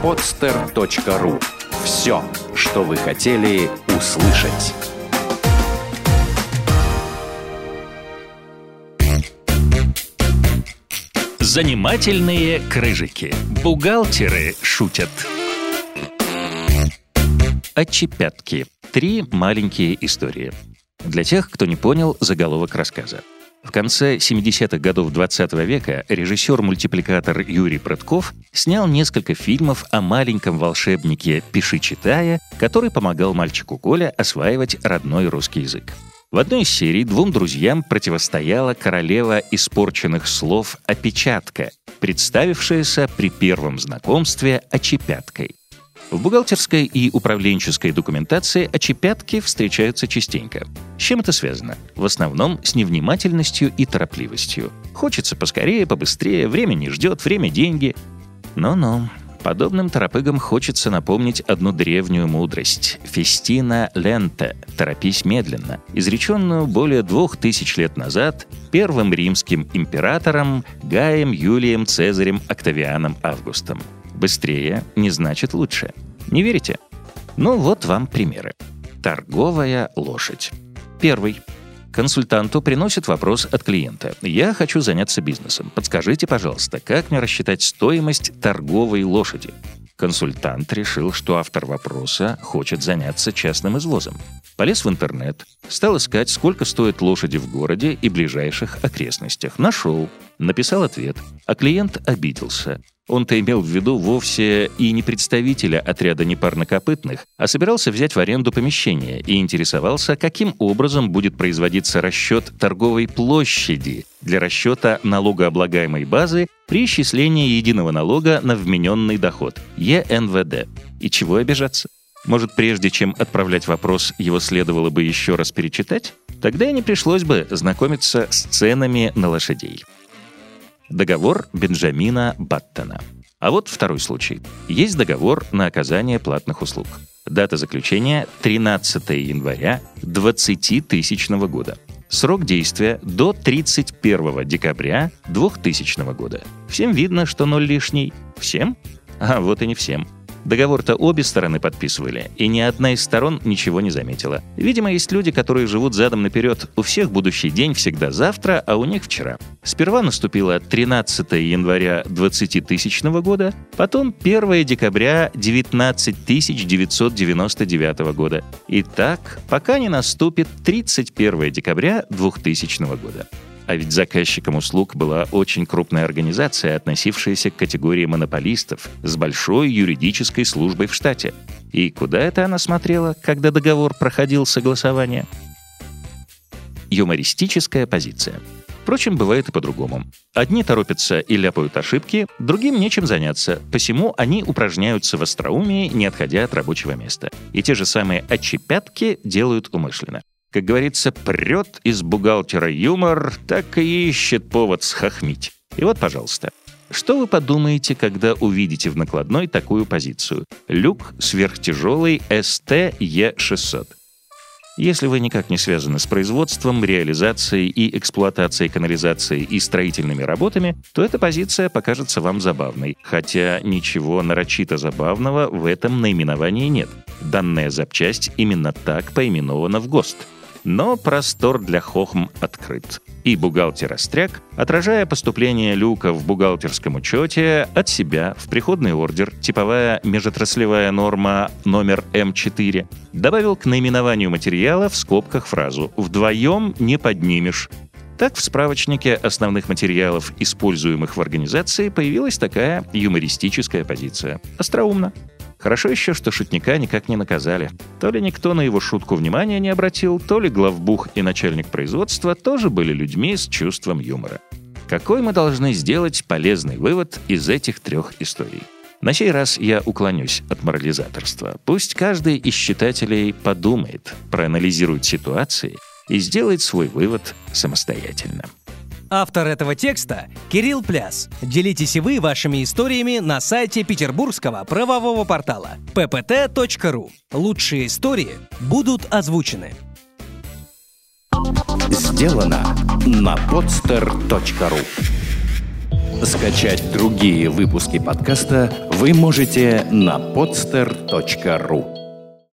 podster.ru. Все, что вы хотели услышать. Занимательные крыжики. Бухгалтеры шутят. Отчепятки. 3 маленькие истории. Для тех, кто не понял заголовок рассказа. В конце 70-х годов 20 века режиссер-мультипликатор Юрий Прытков снял несколько фильмов о маленьком волшебнике Пиши-читая, который помогал мальчику Коле осваивать родной русский язык. В одной из серий 2 друзьям противостояла королева испорченных слов Опечатка, представившаяся при первом знакомстве Очепяткой. В бухгалтерской и управленческой документации очепятки встречаются частенько. С чем это связано? В основном с невнимательностью и торопливостью. Хочется поскорее, побыстрее, время не ждет, время — деньги. Но подобным торопыгам хочется напомнить одну древнюю мудрость — Фестина ленте — «торопись медленно», изреченную более 2000 лет назад первым римским императором Гаем Юлием Цезарем Октавианом Августом. Быстрее не значит лучше. Не верите? Ну вот вам примеры. Торговая лошадь. Первый. Консультанту приносит вопрос от клиента. «Я хочу заняться бизнесом. Подскажите, пожалуйста, как мне рассчитать стоимость торговой лошади?» Консультант решил, что автор вопроса хочет заняться частным извозом. Полез в интернет, стал искать, сколько стоят лошади в городе и ближайших окрестностях. Нашел, написал ответ, а клиент обиделся. Он-то имел в виду вовсе и не представителя отряда непарнокопытных, а собирался взять в аренду помещение и интересовался, каким образом будет производиться расчет торговой площади для расчета налогооблагаемой базы при исчислении единого налога на вмененный доход – ЕНВД. И чего обижаться? Может, прежде чем отправлять вопрос, его следовало бы еще раз перечитать? Тогда и не пришлось бы знакомиться с ценами на лошадей. Договор Бенджамина Баттона. А вот второй случай. Есть договор на оказание платных услуг. Дата заключения — 13 января 2000 года. Срок действия — до 31 декабря 2000 года. Всем видно, что 0 лишний. Всем? А вот и не всем. Договор-то обе стороны подписывали, и ни одна из сторон ничего не заметила. Видимо, есть люди, которые живут задом наперед. У всех будущий день всегда завтра, а у них вчера. Сперва наступило 13 января 2000 года, потом 1 декабря 19999 года. И так, пока не наступит 31 декабря 2000 года. А ведь заказчиком услуг была очень крупная организация, относившаяся к категории монополистов, с большой юридической службой в штате. И куда это она смотрела, когда договор проходил согласование? Юмористическая позиция. Впрочем, бывает и по-другому. Одни торопятся и ляпают ошибки, другим нечем заняться, посему они упражняются в остроумии, не отходя от рабочего места. И те же самые отчепятки делают умышленно. Как говорится, прет из бухгалтера юмор, так и ищет повод схохмить. И вот, пожалуйста, что вы подумаете, когда увидите в накладной такую позицию? Люк сверхтяжелый STE600. Если вы никак не связаны с производством, реализацией и эксплуатацией канализации и строительными работами, то эта позиция покажется вам забавной. Хотя ничего нарочито забавного в этом наименовании нет. Данная запчасть именно так поименована в ГОСТ. Но простор для хохм открыт. И бухгалтер-остряк, отражая поступление люка в бухгалтерском учете, от себя в приходный ордер, типовая межотраслевая норма номер М4, добавил к наименованию материала в скобках фразу «вдвоем не поднимешь». Так в справочнике основных материалов, используемых в организации, появилась такая юмористическая позиция. Остроумно. Хорошо еще, что шутника никак не наказали. То ли никто на его шутку внимания не обратил, то ли главбух и начальник производства тоже были людьми с чувством юмора. Какой мы должны сделать полезный вывод из этих 3 историй? На сей раз я уклонюсь от морализаторства. Пусть каждый из читателей подумает, проанализирует ситуации и сделает свой вывод самостоятельно. Автор этого текста – Кирилл Пляс. Делитесь и вы вашими историями на сайте петербургского правового портала ppt.ru. Лучшие истории будут озвучены. Сделано на podster.ru. Скачать другие выпуски подкаста вы можете на podster.ru.